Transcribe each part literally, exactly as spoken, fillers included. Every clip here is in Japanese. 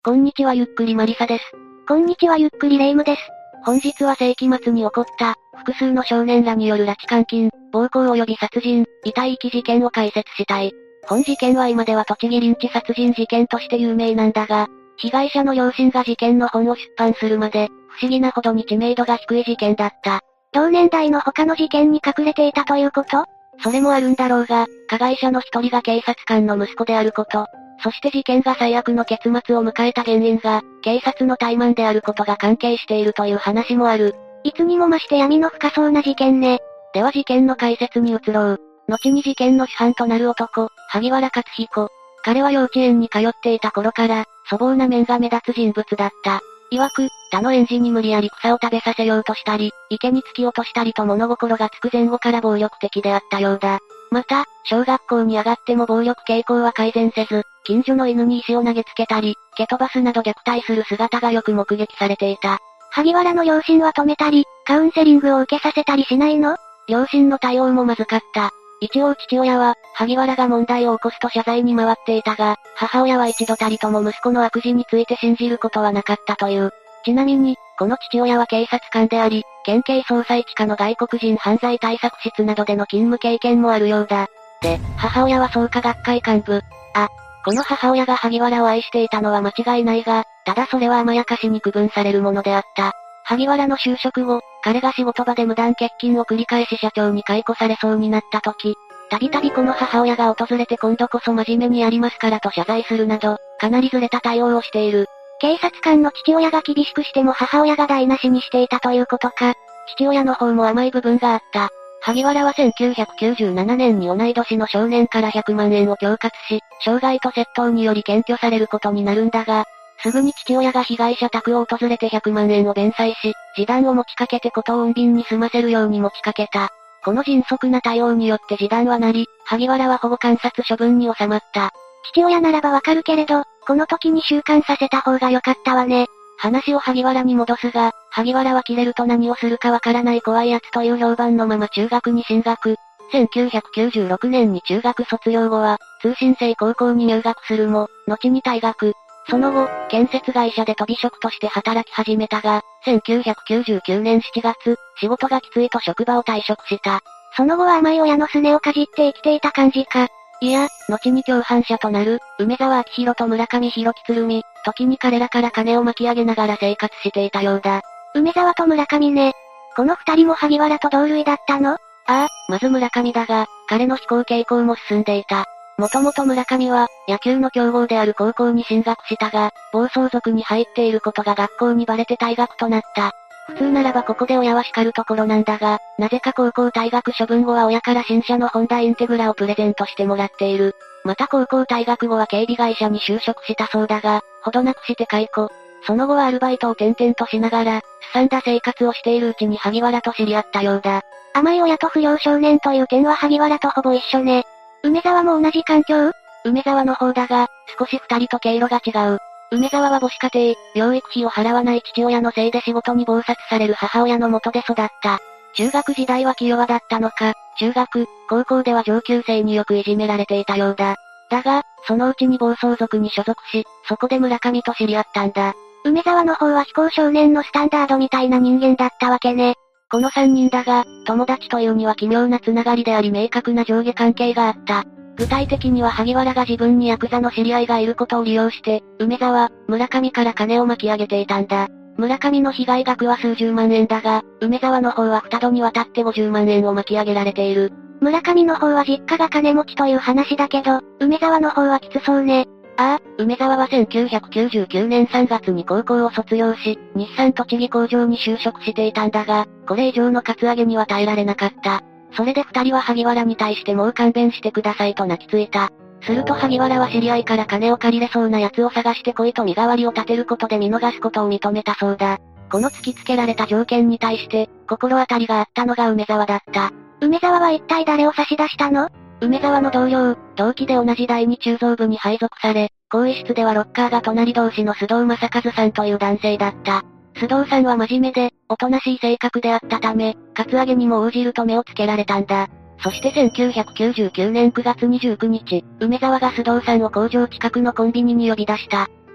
こんにちはゆっくりマリサです。 こんにちはゆっくりレイムです。 本日は世紀末に起こった、複数の少年らによる拉致監禁、暴行及び殺人、遺体遺棄事件を解説したい。本事件は今では栃木リンチ殺人事件として有名なんだが、被害者の両親が事件の本を出版するまで、不思議なほどに知名度が低い事件だった。 同年代の他の事件に隠れていたということ？ それもあるんだろうが、加害者の一人が警察官の息子であること、そして事件が最悪の結末を迎えた原因が、警察の怠慢であることが関係しているという話もある。 いつにも増して闇の深そうな事件ね。 では事件の解説に移ろう。後に事件の主犯となる男、萩原克彦。彼は幼稚園に通っていた頃から、粗暴な面が目立つ人物だった。曰く、他の園児に無理やり草を食べさせようとしたり、池に突き落としたりと物心がつく前後から暴力的であったようだ。また、小学校に上がっても暴力傾向は改善せず、近所の犬に石を投げつけたり、蹴飛ばすなど虐待する姿がよく目撃されていた。 萩原の両親は止めたり、カウンセリングを受けさせたりしないの？ 両親の対応もまずかった。一応父親は、萩原が問題を起こすと謝罪に回っていたが、母親は一度たりとも息子の悪事について信じることはなかったという。ちなみに、この父親は警察官であり、県警捜査一課の外国人犯罪対策室などでの勤務経験もあるようだ。で、母親は創価学会幹部。あ、この母親が萩原を愛していたのは間違いないが、ただそれは甘やかしに区分されるものであった。萩原の就職後、彼が仕事場で無断欠勤を繰り返し社長に解雇されそうになった時、たびたびこの母親が訪れて今度こそ真面目にやりますからと謝罪するなど、かなりずれた対応をしている。 警察官の父親が厳しくしても母親が台無しにしていたということか。 父親の方も甘い部分があった。萩原はせんきゅうひゃくきゅうじゅうななねんに同い年の少年からひゃくまんえんを恐喝し、傷害と窃盗により検挙されることになるんだが、すぐに父親が被害者宅を訪れてひゃくまんえんを弁済し、示談を持ちかけてことを穏便に済ませるように持ちかけた。この迅速な対応によって示談はなり、萩原は保護観察処分に収まった。 父親ならばわかるけれど、この時に収監させた方が良かったわね。 話を萩原に戻すが、萩原は切れると何をするかわからない怖い奴という評判のまま中学に進学。せんきゅうひゃくきゅうじゅうろくねんに中学卒業後は、通信制高校に入学するも、後に退学。その後、建設会社で飛び職として働き始めたが、せんきゅうひゃくきゅうじゅうきゅうねんしちがつ、仕事がきついと職場を退職した。 その後は甘い親のすねをかじって生きていた感じか。 いや、後に共犯者となる、梅沢明宏と村上弘樹鶴見、時に彼らから金を巻き上げながら生活していたようだ。 梅沢と村上ね。この二人も萩原と同類だったの？ああ、まず村上だが、彼の非行傾向も進んでいた。もともと村上は、野球の強豪である高校に進学したが、暴走族に入っていることが学校にバレて退学となった。普通ならばここで親は叱るところなんだが、なぜか高校退学処分後は親から新車のホンダインテグラをプレゼントしてもらっている。また高校退学後は警備会社に就職したそうだが、ほどなくして解雇。その後はアルバイトを転々としながら、すさんだ生活をしているうちに萩原と知り合ったようだ。 甘い親と不良少年という点は萩原とほぼ一緒ね。梅沢も同じ環境？ 梅沢の方だが、少し二人と経路が違う。梅沢は母子家庭、養育費を払わない父親のせいで仕事に忙殺される母親の下で育った。中学時代は気弱だったのか、中学、高校では上級生によくいじめられていたようだ。だが、そのうちに暴走族に所属し、そこで村上と知り合ったんだ。 梅沢の方は非行少年のスタンダードみたいな人間だったわけね。 この三人だが、友達というには奇妙なつながりであり明確な上下関係があった。具体的には萩原が自分にヤクザの知り合いがいることを利用して、梅沢、村上から金を巻き上げていたんだ。村上の被害額は数十万円だが、梅沢の方は二度にわたってごじゅうまんえんを巻き上げられている。 村上の方は実家が金持ちという話だけど、梅沢の方はきつそうね。 ああ、梅沢はせんきゅうひゃくきゅうじゅうきゅうねんさんがつに高校を卒業し、日産栃木工場に就職していたんだが、これ以上のカツアゲには耐えられなかった。それで二人は萩原に対してもう勘弁してくださいと泣きついた。すると萩原は知り合いから金を借りれそうな奴を探してこいと身代わりを立てることで見逃すことを認めたそうだ。この突きつけられた条件に対して、心当たりがあったのが梅沢だった。 梅沢は一体誰を差し出したの？ 梅沢の同僚、同期で同じ第二中蔵部に配属され、更衣室ではロッカーが隣同士の須藤正和さんという男性だった。須藤さんは真面目で、おとなしい性格であったため、カツアゲにも応じると目をつけられたんだ。そしてせんきゅうひゃくきゅうじゅうきゅうねんくがつにじゅうくにち、梅沢が須藤さんを工場近くのコンビニに呼び出した。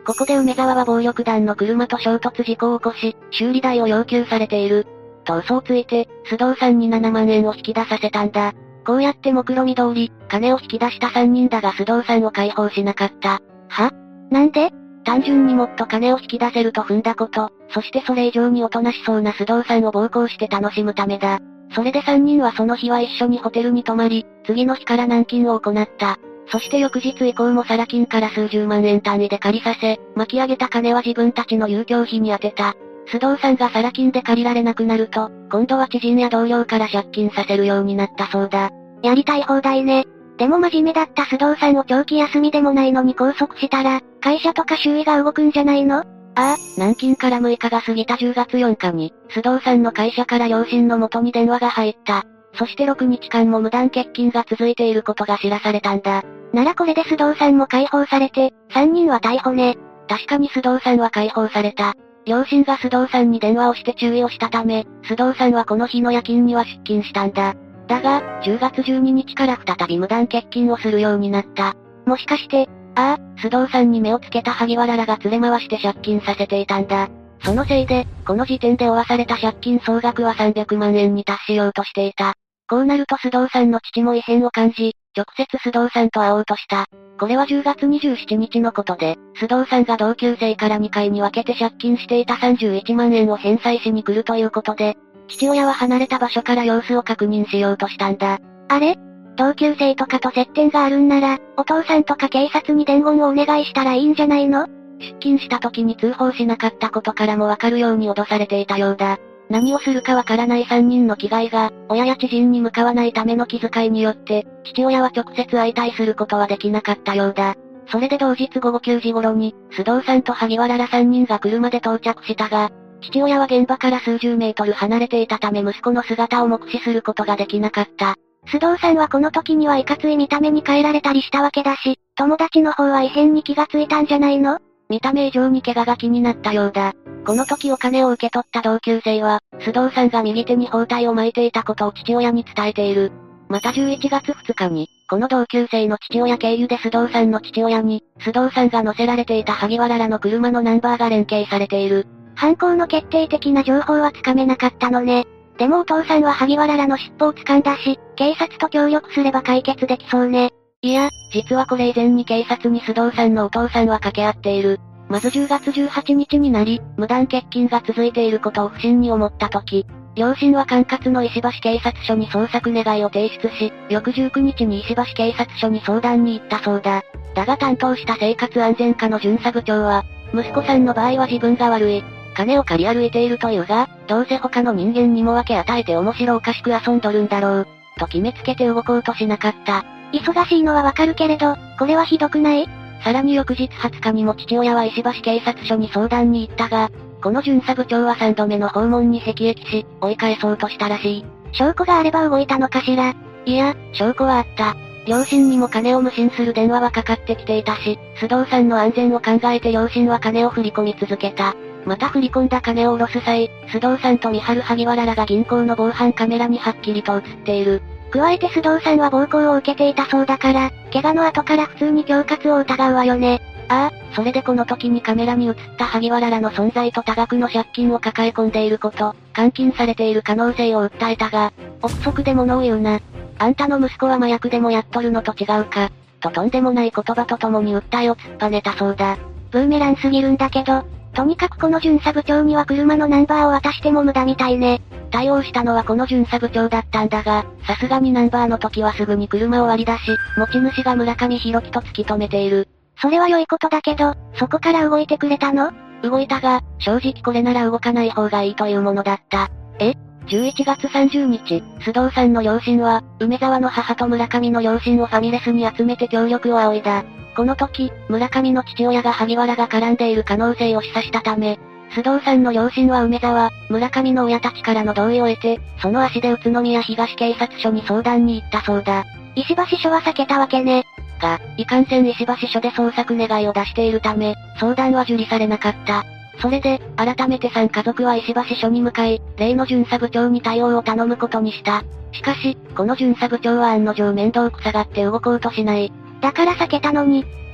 ここで梅沢は暴力団の車と衝突事故を起こし、修理代を要求されている。と嘘をついて、須藤さんにななまんえんを引き出させたんだ。こうやって目論見通り、金を引き出したさんにんだが須藤さんを解放しなかった。 は？なんで？ 単純にもっと金を引き出せると踏んだこと、そしてそれ以上におとなしそうな須藤さんを暴行して楽しむためだ。それでさんにんはその日は一緒にホテルに泊まり、次の日から軟禁を行った。そして翌日以降もサラ金から数十万円単位で借りさせ、巻き上げた金は自分たちの遊興費に充てた。須藤さんがサラ金で借りられなくなると、今度は知人や同僚から借金させるようになったそうだ。 やりたい放題ね。でも真面目だった須藤さんを長期休みでもないのに拘束したら、会社とか周囲が動くんじゃないの？ ああ、軟禁からむいかが過ぎたじゅうがつよっかに、須藤さんの会社から両親の元に電話が入った。そしてろくにちかんも無断欠勤が続いていることが知らされたんだ。 ならこれで須藤さんも解放されて、さんにんは逮捕ね。 確かに須藤さんは解放された。両親が須藤さんに電話をして注意をしたため、須藤さんはこの日の夜勤には出勤したんだ。だが、じゅうがつじゅうににちから再び無断欠勤をするようになった。 もしかして、 ああ、須藤さんに目をつけた萩原らが連れ回して借金させていたんだ。そのせいで、この時点で負わされた借金総額はさんびゃくまんえんに達しようとしていた。こうなると須藤さんの父も異変を感じ、直接須藤さんと会おうとした。これはじゅうがつにじゅうしちにちのことで、須藤さんが同級生からにかいに分けて借金していたさんじゅういちまんえんを返済しに来るということで、父親は離れた場所から様子を確認しようとしたんだ。 あれ？同級生とかと接点があるんなら、お父さんとか警察に伝言をお願いしたらいいんじゃないの？ 出勤した時に通報しなかったことからもわかるように脅されていたようだ。何をするかわからないさんにんの危害が、親や知人に向かわないための気遣いによって、父親は直接相対することはできなかったようだ。それで同日午後くじ頃に、須藤さんと萩原らさんにんが車で到着したが、父親は現場から数十メートル離れていたため息子の姿を目視することができなかった。 須藤さんはこの時にはいかつい見た目に変えられたりしたわけだし、友達の方は異変に気がついたんじゃないの？ 見た目以上に怪我が気になったようだ。この時お金を受け取った同級生は、須藤さんが右手に包帯を巻いていたことを父親に伝えている。またじゅういちがつふつかに、この同級生の父親経由で須藤さんの父親に、須藤さんが乗せられていた萩原らの車のナンバーが連携されている。 犯行の決定的な情報はつかめなかったのね。でもお父さんは萩原らの尻尾を掴んだし、警察と協力すれば解決できそうね。 いや、実はこれ以前に警察に須藤さんのお父さんは掛け合っている。まずじゅうがつじゅうはちにちになり、無断欠勤が続いていることを不審に思った時、両親は管轄の石橋警察署に捜索願いを提出し、翌じゅうくにちに石橋警察署に相談に行ったそうだ。だが担当した生活安全課の巡査部長は、息子さんの場合は自分が悪い。金を借り歩いているというが、どうせ他の人間にも分け与えて面白おかしく遊んどるんだろう。と決めつけて動こうとしなかった。 忙しいのはわかるけれど、これはひどくない？ さらに翌日はつかにも父親は石橋警察署に相談に行ったが、この巡査部長はさんどめの訪問に辟易し、追い返そうとしたらしい。 証拠があれば動いたのかしら？ いや、証拠はあった。両親にも金を無心する電話はかかってきていたし、須藤さんの安全を考えて両親は金を振り込み続けた。また振り込んだ金を下ろす際、須藤さんと三春萩原らが銀行の防犯カメラにはっきりと映っている。 加えて須藤さんは暴行を受けていたそうだから、怪我の後から普通に恐喝を疑うわよね。 ああ、それでこの時にカメラに映った萩原らの存在と多額の借金を抱え込んでいること、監禁されている可能性を訴えたが、憶測で物を言うな。あんたの息子は麻薬でもやっとるのと違うか、ととんでもない言葉とともに訴えを突っぱねたそうだ。 ブーメランすぎるんだけど、とにかくこの巡査部長には車のナンバーを渡しても無駄みたいね。 対応したのはこの巡査部長だったんだが、さすがにナンバーの時はすぐに車を割り出し、持ち主が村上弘樹と突き止めている。 それは良いことだけど、そこから動いてくれたの？ 動いたが、正直これなら動かない方がいいというものだった。え？じゅういちがつさんじゅうにち、須藤さんの両親は、梅沢の母と村上の両親をファミレスに集めて協力を仰いだ。この時、村上の父親が萩原が絡んでいる可能性を示唆したため、須藤さんの両親は梅沢、村上の親たちからの同意を得て、その足で宇都宮東警察署に相談に行ったそうだ。 石橋署は避けたわけね。 が、いかんせん石橋署で捜索願いを出しているため、相談は受理されなかった。それで、改めてさん家族は石橋署に向かい、例の巡査部長に対応を頼むことにした。しかし、この巡査部長は案の定面倒くさがって動こうとしない。 だから避けたのに。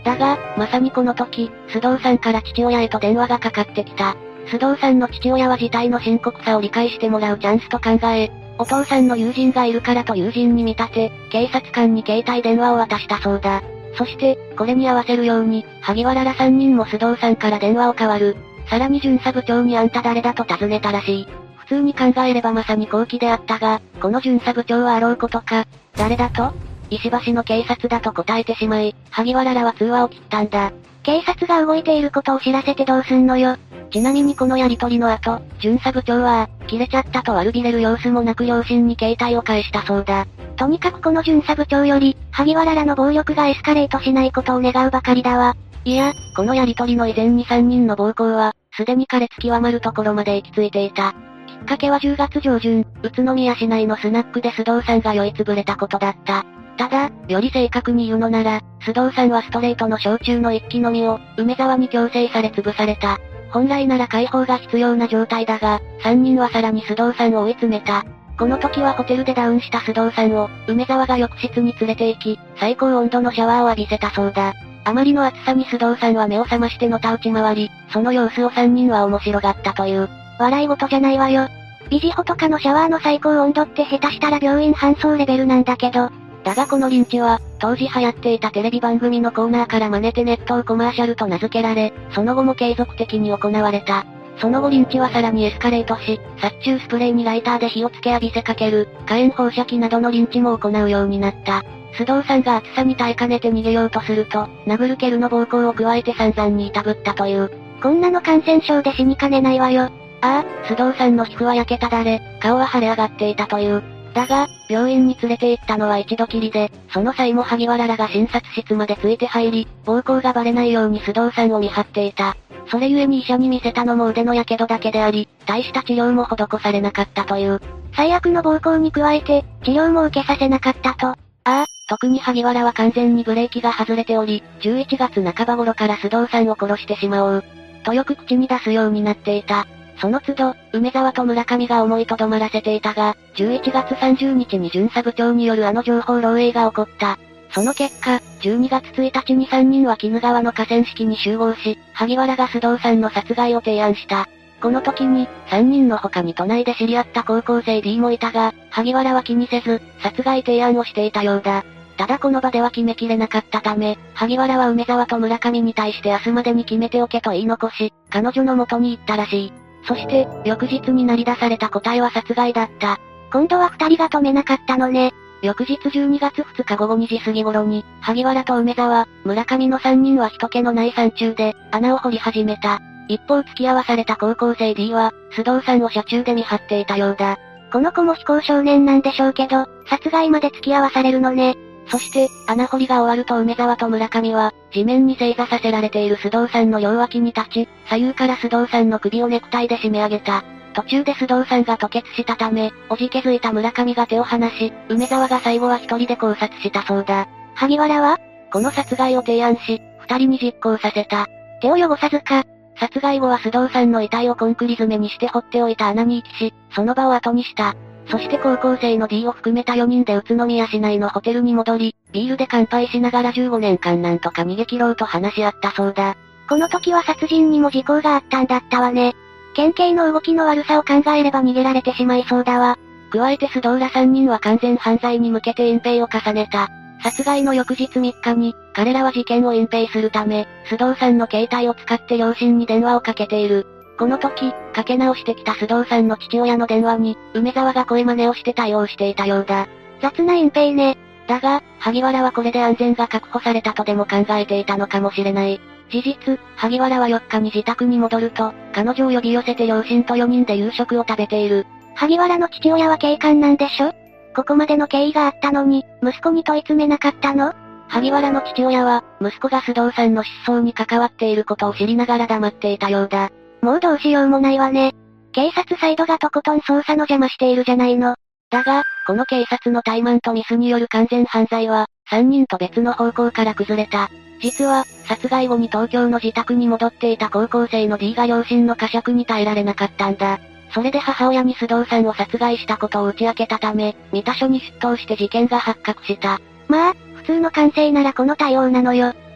だが、まさにこの時、須藤さんから父親へと電話がかかってきた。須藤さんの父親は事態の深刻さを理解してもらうチャンスと考え、お父さんの友人がいるからと友人に見立て、警察官に携帯電話を渡したそうだ。そして、これに合わせるように、萩原らさんにんも須藤さんから電話を代わる。さらに巡査部長にあんた誰だと尋ねたらしい。普通に考えればまさに好機であったが、この巡査部長はあろうことか、誰だと石橋の警察だと答えてしまい、萩原らは通話を切ったんだ。 警察が動いていることを知らせてどうすんのよ。 ちなみにこのやりとりの後、巡査部長は、切れちゃったと悪びれる様子もなく両親に携帯を返したそうだ。 とにかくこの巡査部長より、萩原らの暴力がエスカレートしないことを願うばかりだわ。 いや、このやりとりの以前にさんにんの暴行は、すでに苛烈極まるところまで行き着いていた。きっかけはじゅうがつ上旬、宇都宮市内のスナックで須藤さんが酔いつぶれたことだった。ただ、より正確に言うのなら、須藤さんはストレートの焼酎の一気飲みを、梅沢に強制され潰された。本来なら解放が必要な状態だが、さんにんはさらに須藤さんを追い詰めた。この時はホテルでダウンした須藤さんを、梅沢が浴室に連れて行き、最高温度のシャワーを浴びせたそうだ。あまりの暑さに須藤さんは目を覚ましてのたうち回り、その様子をさんにんは面白がったという。 笑い事じゃないわよ。ビジホとかのシャワーの最高温度って下手したら病院搬送レベルなんだけど。 だがこのリンチは、当時流行っていたテレビ番組のコーナーから真似て熱湯コマーシャルと名付けられ、その後も継続的に行われた。その後リンチはさらにエスカレートし、殺虫スプレーにライターで火をつけ浴びせかける、火炎放射器などのリンチも行うようになった。須藤さんが暑さに耐えかねて逃げようとすると、殴る蹴るの暴行を加えて散々にいたぶったという。 こんなの感染症で死にかねないわよ。 ああ、須藤さんの皮膚は焼けただれ、顔は腫れ上がっていたという。だが、病院に連れて行ったのは一度きりで、その際も萩原らが診察室までついて入り、暴行がバレないように須藤さんを見張っていた。それゆえに医者に見せたのも腕の火傷だけであり、大した治療も施されなかったという。 最悪の暴行に加えて、治療も受けさせなかったと。ああ、特に萩原は完全にブレーキが外れており、じゅういちがつなかば頃から須藤さんを殺してしまおう。とよく口に出すようになっていた。その都度、梅沢と村上が思いとどまらせていたが、じゅういちがつさんじゅうにちに巡査部長によるあの情報漏洩が起こった。その結果、じゅうにがつついたちにさんにんは鬼怒川の河川敷に集合し、萩原が須藤さんの殺害を提案した。この時に、さんにんの他に都内で知り合った高校生 D もいたが、萩原は気にせず、殺害提案をしていたようだ。ただこの場では決めきれなかったため、萩原は梅沢と村上に対して明日までに決めておけと言い残し、彼女の元に行ったらしい。そして、翌日に鳴り出された答えは殺害だった。 今度は二人が止めなかったのね。 翌日じゅうにがつふつかごごにじ過ぎ頃に、萩原と梅沢、村上のさんにんは人気のない山中で、穴を掘り始めた。一方付き合わされた高校生 D は、須藤さんを車中で見張っていたようだ。 この子も非行少年なんでしょうけど、殺害まで付き合わされるのね。 そして、穴掘りが終わると梅沢と村上は、地面に正座させられている須藤さんの両脇に立ち、左右から須藤さんの首をネクタイで締め上げた。途中で須藤さんが吐血したため、おじけづいた村上が手を離し、梅沢が最後は一人で考察したそうだ。 萩原はこの殺害を提案し、二人に実行させた。 手を汚さずか。 殺害後は須藤さんの遺体をコンクリ詰めにして掘っておいた穴に遺棄し、その場を後にした。そして高校生の D を含めたよにんで宇都宮市内のホテルに戻り、ビールで乾杯しながらじゅうごねんかんなんとか逃げ切ろうと話し合ったそうだ。 この時は殺人にも時効があったんだったわね。県警の動きの悪さを考えれば逃げられてしまいそうだわ。 加えて須藤らさんにんは完全犯罪に向けて隠蔽を重ねた。殺害の翌日みっかに、彼らは事件を隠蔽するため、須藤さんの携帯を使って両親に電話をかけている。この時、かけ直してきた須藤さんの父親の電話に、梅沢が声真似をして対応していたようだ。 雑な隠蔽ね。 だが、萩原はこれで安全が確保されたとでも考えていたのかもしれない。事実、萩原はよっかに自宅に戻ると、彼女を呼び寄せて両親とよにんで夕食を食べている。 萩原の父親は警官なんでしょ？ここまでの経緯があったのに、息子に問い詰めなかったの？ 萩原の父親は、息子が須藤さんの失踪に関わっていることを知りながら黙っていたようだ。 もうどうしようもないわね。警察サイドがとことん捜査の邪魔しているじゃないの。 だが、この警察の怠慢とミスによる完全犯罪は、さんにんと別の方向から崩れた。実は、殺害後に東京の自宅に戻っていた高校生の D が両親の呵責に耐えられなかったんだ。それで母親に須藤さんを殺害したことを打ち明けたため、三田署に出頭して事件が発覚した。 まあ、普通の感性ならこの対応なのよ。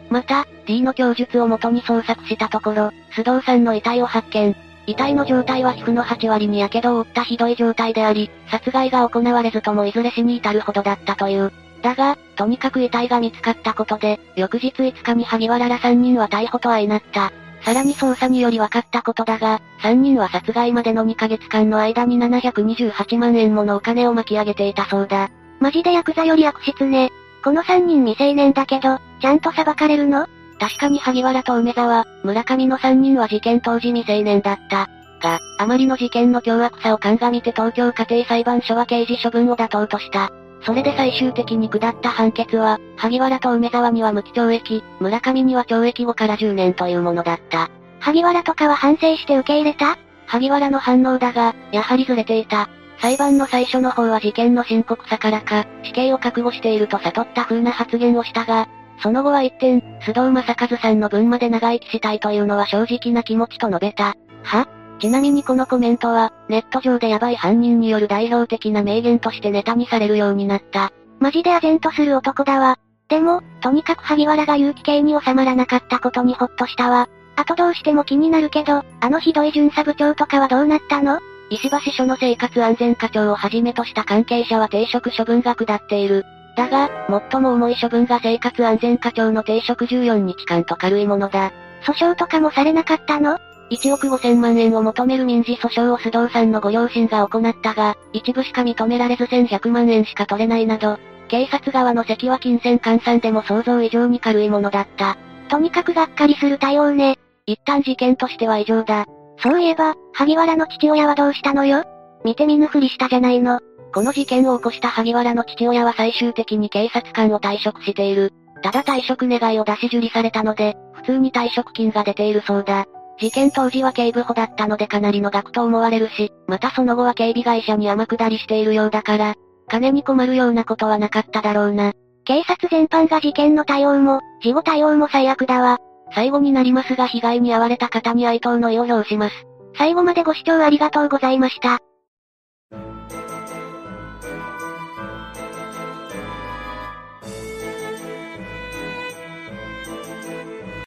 また、D の供述をもとに捜索したところ、須藤さんの遺体を発見。遺体の状態は皮膚のはち割に火傷を負ったひどい状態であり、殺害が行われずともいずれ死に至るほどだったという。だが、とにかく遺体が見つかったことで、翌日いつかに萩原らさんにんは逮捕と相なった。さらに捜査により分かったことだが、さんにんは殺害までのにかげつかんの間にななひゃくにじゅうはちまんえんものお金を巻き上げていたそうだ。 マジでヤクザより悪質ね。このさんにん未成年だけど、ちゃんと裁かれるの？ 確かに萩原と梅沢、村上のさんにんは事件当時未成年だった。が、あまりの事件の凶悪さを鑑みて東京家庭裁判所は刑事処分を妥当とした。それで最終的に下った判決は、萩原と梅沢には無期懲役、村上には懲役ごからじゅうねんというものだった。 萩原とかは反省して受け入れた？ 萩原の反応だが、やはりずれていた。裁判の最初の方は事件の深刻さからか、死刑を覚悟していると悟った風な発言をしたが、その後は一転、須藤正和さんの分まで長生きしたいというのは正直な気持ちと述べた。 は？ ちなみにこのコメントは、ネット上でヤバい犯人による代表的な名言としてネタにされるようになった。 マジで唖然とする男だわ。でも、とにかく萩原が有期刑に収まらなかったことにほっとしたわ。あとどうしても気になるけど、あのひどい巡査部長とかはどうなったの？ 石橋署の生活安全課長をはじめとした関係者は停職処分が下っている。だが、最も重い処分が生活安全課長の停職じゅうよっかんと軽いものだ。 訴訟とかもされなかったの？ いちおくごせんまんえんを求める民事訴訟を須藤さんのご両親が行ったが、一部しか認められずせんひゃくまんえんしか取れないなど、警察側の責は金銭換算でも想像以上に軽いものだった。 とにかくがっかりする対応ね。 一旦事件としては異常だ。 そういえば、萩原の父親はどうしたのよ？見て見ぬふりしたじゃないの。 この事件を起こした萩原の父親は最終的に警察官を退職している。ただ退職願いを出し受理されたので、普通に退職金が出ているそうだ。事件当時は警部補だったのでかなりの額と思われるし、またその後は警備会社に天下りしているようだから、金に困るようなことはなかっただろうな。 警察全般が事件の対応も、事後対応も最悪だわ。 最後になりますが被害に遭われた方に哀悼の意を表します。 最後までご視聴ありがとうございました。